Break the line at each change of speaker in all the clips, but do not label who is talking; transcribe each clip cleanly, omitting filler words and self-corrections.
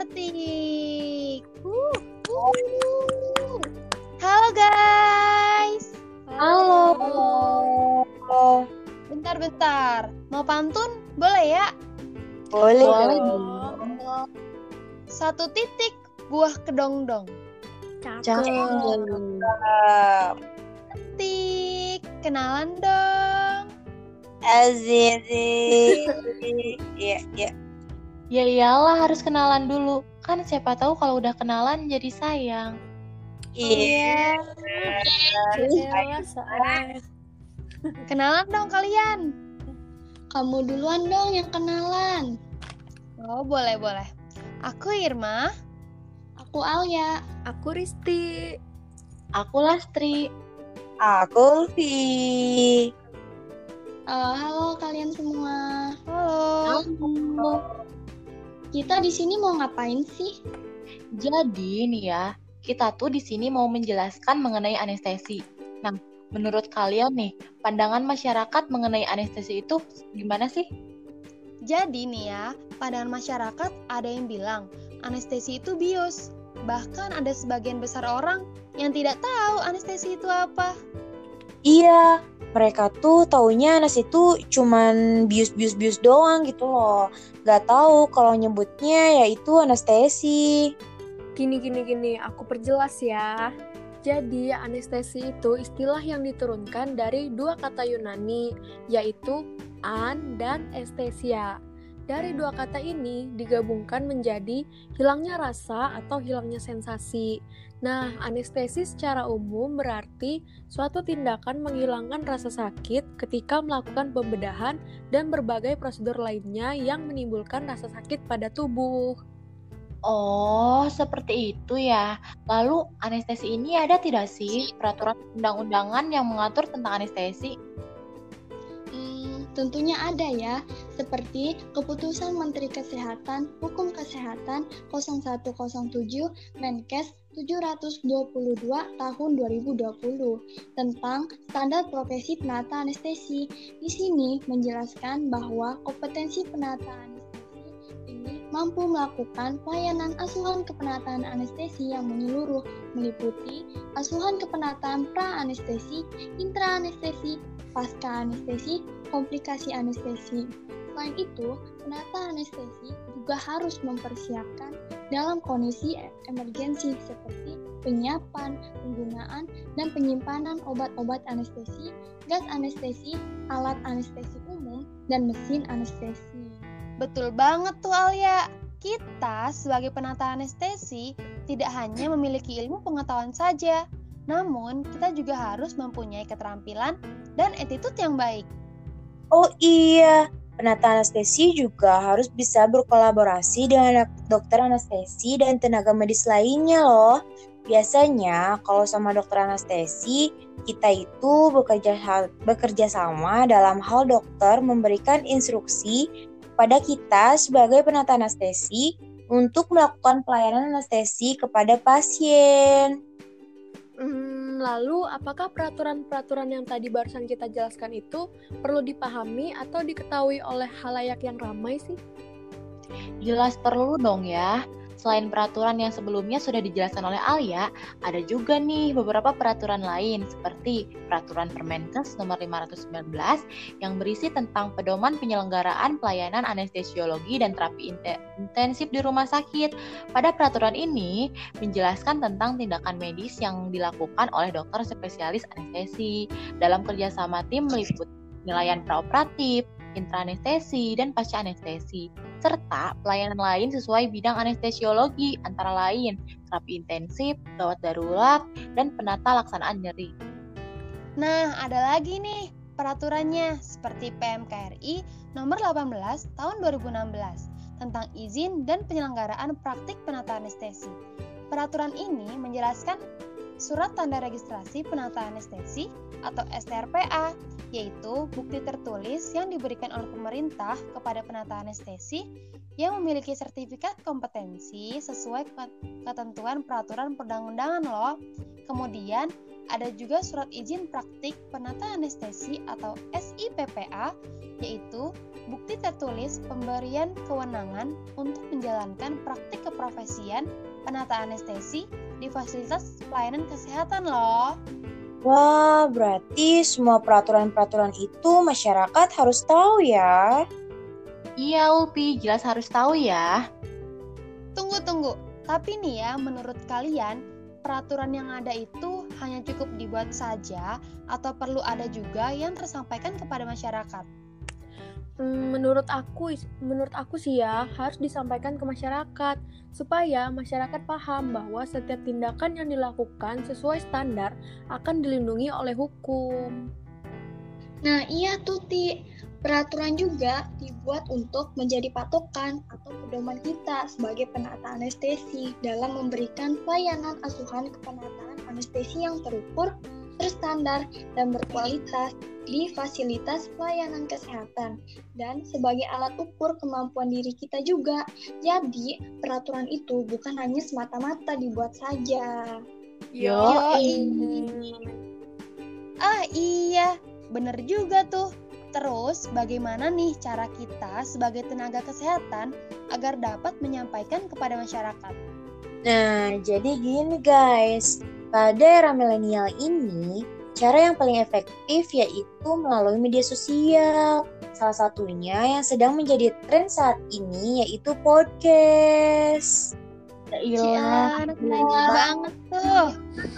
Matematik. Halo guys.
Halo.
Bentar. Mau pantun? Boleh ya?
Boleh.
Satu titik buah kedongdong.
Cakep.
Titik. Kenalan dong.
Azizi. Iya.
Ya iyalah harus kenalan dulu. Kan siapa tahu kalau udah kenalan jadi sayang.
Iya.
Kenalan dong kalian.
Kamu duluan dong yang kenalan.
Oh, boleh. Aku Irma.
Aku Alia.
Aku Risti.
Aku Lastri.
Aku Ulfi.
Halo kalian semua.
Halo.
Kita di sini mau ngapain sih?
Jadi nih ya, kita tuh di sini mau menjelaskan mengenai anestesi. Nah, menurut kalian nih, pandangan masyarakat mengenai anestesi itu gimana sih?
Jadi nih ya, pandangan masyarakat ada yang bilang anestesi itu bius. Bahkan ada sebagian besar orang yang tidak tahu anestesi itu apa.
Iya, mereka tuh taunya anestesi itu cuman bius doang gitu loh. Gak tahu kalau nyebutnya yaitu anestesi.
Gini, aku perjelas ya. Jadi, anestesi itu istilah yang diturunkan dari dua kata Yunani, yaitu an dan estesia. Dari dua kata ini digabungkan menjadi hilangnya rasa atau hilangnya sensasi. Nah, anestesi secara umum berarti suatu tindakan menghilangkan rasa sakit ketika melakukan pembedahan dan berbagai prosedur lainnya yang menimbulkan rasa sakit pada tubuh.
Oh, seperti itu ya. Lalu, anestesi ini ada tidak sih peraturan undang-undangan yang mengatur tentang anestesi?
Tentunya ada ya, seperti Keputusan Menteri Kesehatan Hukum Kesehatan 0107 Menkes 722 tahun 2020 tentang standar profesi penata anestesi. Di sini menjelaskan bahwa kompetensi penata anestesi ini mampu melakukan pelayanan asuhan kepenataan anestesi yang menyeluruh, meliputi asuhan kepenataan pra-anestesi, intra-anestesi, pasca-anestesi, komplikasi anestesi. Selain itu, penata anestesi juga harus mempersiapkan dalam kondisi emergensi seperti penyiapan, penggunaan, dan penyimpanan obat-obat anestesi, gas anestesi, alat anestesi umum, dan mesin anestesi.
Betul banget tuh Alia. Kita sebagai penata anestesi tidak hanya memiliki ilmu pengetahuan saja, namun kita juga harus mempunyai keterampilan dan attitude yang baik.
Oh iya, penata anestesi juga harus bisa berkolaborasi dengan dokter anestesi dan tenaga medis lainnya loh. Biasanya kalau sama dokter anestesi, kita itu bekerja sama dalam hal dokter memberikan instruksi kepada kita sebagai penata anestesi untuk melakukan pelayanan anestesi kepada pasien.
Lalu, apakah peraturan-peraturan yang tadi barusan kita jelaskan itu perlu dipahami atau diketahui oleh khalayak yang ramai sih?
Jelas perlu dong ya. Selain peraturan yang sebelumnya sudah dijelaskan oleh Alia, ada juga nih beberapa peraturan lain seperti Peraturan Permenkes nomor 519 yang berisi tentang pedoman penyelenggaraan pelayanan anestesiologi dan terapi intensif di rumah sakit. Pada peraturan ini menjelaskan tentang tindakan medis yang dilakukan oleh dokter spesialis anestesi dalam kerjasama tim meliputi penilaian praoperatif, intra-anestesi, dan pasca anestesi, serta pelayanan lain sesuai bidang anestesiologi, antara lain terapi intensif, gawat darurat, dan penata laksanaan nyeri.
Nah, ada lagi nih peraturannya seperti PMKRI nomor 18 tahun 2016 tentang izin dan penyelenggaraan praktik penata anestesi. Peraturan ini menjelaskan surat tanda registrasi penata anestesi atau STRPA, yaitu bukti tertulis yang diberikan oleh pemerintah kepada penata anestesi yang memiliki sertifikat kompetensi sesuai ketentuan peraturan perundang-undangan loh. Kemudian, ada juga surat izin praktik penata anestesi atau SIPPA, yaitu bukti tertulis pemberian kewenangan untuk menjalankan praktik keprofesian penata anestesi di fasilitas pelayanan kesehatan loh.
Wah, berarti semua peraturan-peraturan itu masyarakat harus tahu ya.
Iya, Ulpi, jelas harus tahu ya.
Tunggu. Tapi nih ya, menurut kalian, peraturan yang ada itu hanya cukup dibuat saja atau perlu ada juga yang tersampaikan kepada masyarakat?
Menurut aku sih ya harus disampaikan ke masyarakat supaya masyarakat paham bahwa setiap tindakan yang dilakukan sesuai standar akan dilindungi oleh hukum.
Nah iya tuh Ti, peraturan juga dibuat untuk menjadi patokan atau pedoman kita sebagai penata anestesi dalam memberikan pelayanan asuhan kepenataan anestesi yang terukur, terstandar, dan berkualitas di fasilitas pelayanan kesehatan dan sebagai alat ukur kemampuan diri kita juga. Jadi, peraturan itu bukan hanya semata-mata dibuat saja.
Iya, bener juga tuh. Terus, bagaimana nih cara kita sebagai tenaga kesehatan agar dapat menyampaikan kepada masyarakat?
Nah, jadi gini guys, pada era milenial ini, cara yang paling efektif yaitu melalui media sosial. Salah satunya yang sedang menjadi tren saat ini yaitu podcast.
Iya, banget tuh.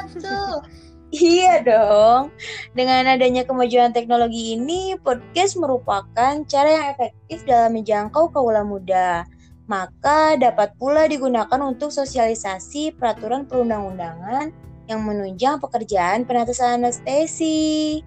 Iya dong. Dengan adanya kemajuan teknologi ini, podcast merupakan cara yang efektif dalam menjangkau kaula muda. Maka dapat pula digunakan untuk sosialisasi peraturan perundang-undangan yang menunjang pekerjaan penata anestesi.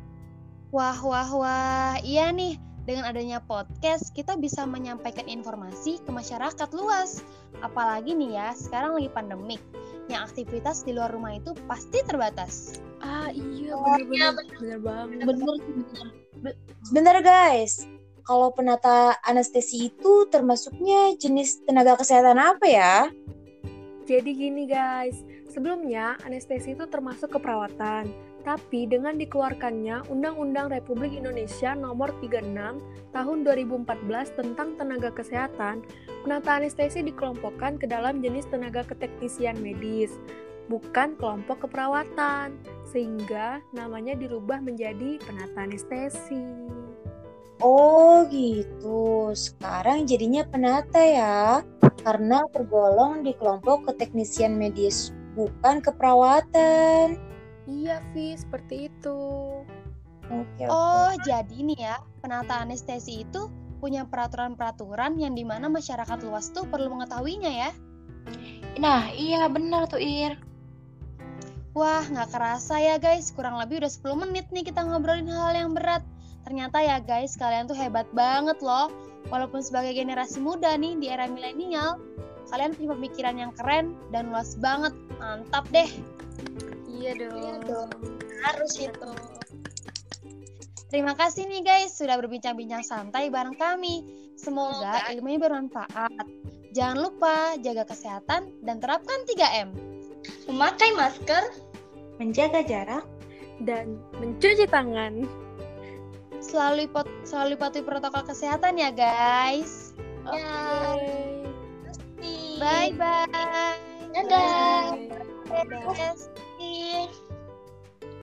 Wah, iya nih. Dengan adanya podcast, kita bisa menyampaikan informasi ke masyarakat luas. Apalagi nih ya, sekarang lagi pandemik, yang aktivitas di luar rumah itu pasti terbatas.
Iya, bener banget.
Sebentar guys, kalau penata anestesi itu termasuknya jenis tenaga kesehatan apa ya?
Jadi gini guys, sebelumnya anestesi itu termasuk keperawatan, tapi dengan dikeluarkannya Undang-Undang Republik Indonesia Nomor 36 Tahun 2014 tentang tenaga kesehatan, penata anestesi dikelompokkan ke dalam jenis tenaga keteknisian medis, bukan kelompok keperawatan, sehingga namanya dirubah menjadi penata anestesi.
Oh gitu, sekarang jadinya penata ya, karena tergolong di kelompok keteknisian medis, bukan keperawatan.
Iya, Vi, seperti itu.
Oke.
Oh, jadi nih ya, penata anestesi itu punya peraturan-peraturan yang dimana masyarakat luas tuh perlu mengetahuinya ya.
Nah, iya benar tuh, Ir.
Wah, nggak kerasa ya guys, kurang lebih udah 10 menit nih kita ngobrolin hal yang berat. Ternyata ya guys, kalian tuh hebat banget loh. Walaupun sebagai generasi muda nih di era milenial, kalian punya pemikiran yang keren dan luas banget. Mantap deh.
Iya dong.
Harus itu.
Terima kasih nih guys sudah berbincang-bincang santai bareng kami. Semoga ilmunya bermanfaat. Jangan lupa jaga kesehatan dan terapkan 3M.
Memakai masker,
menjaga jarak,
Dan mencuci tangan.
Selalu patuhi protokol kesehatan ya guys.
Oke.
Bye-bye.
dadah.
Dadah.
Dadah.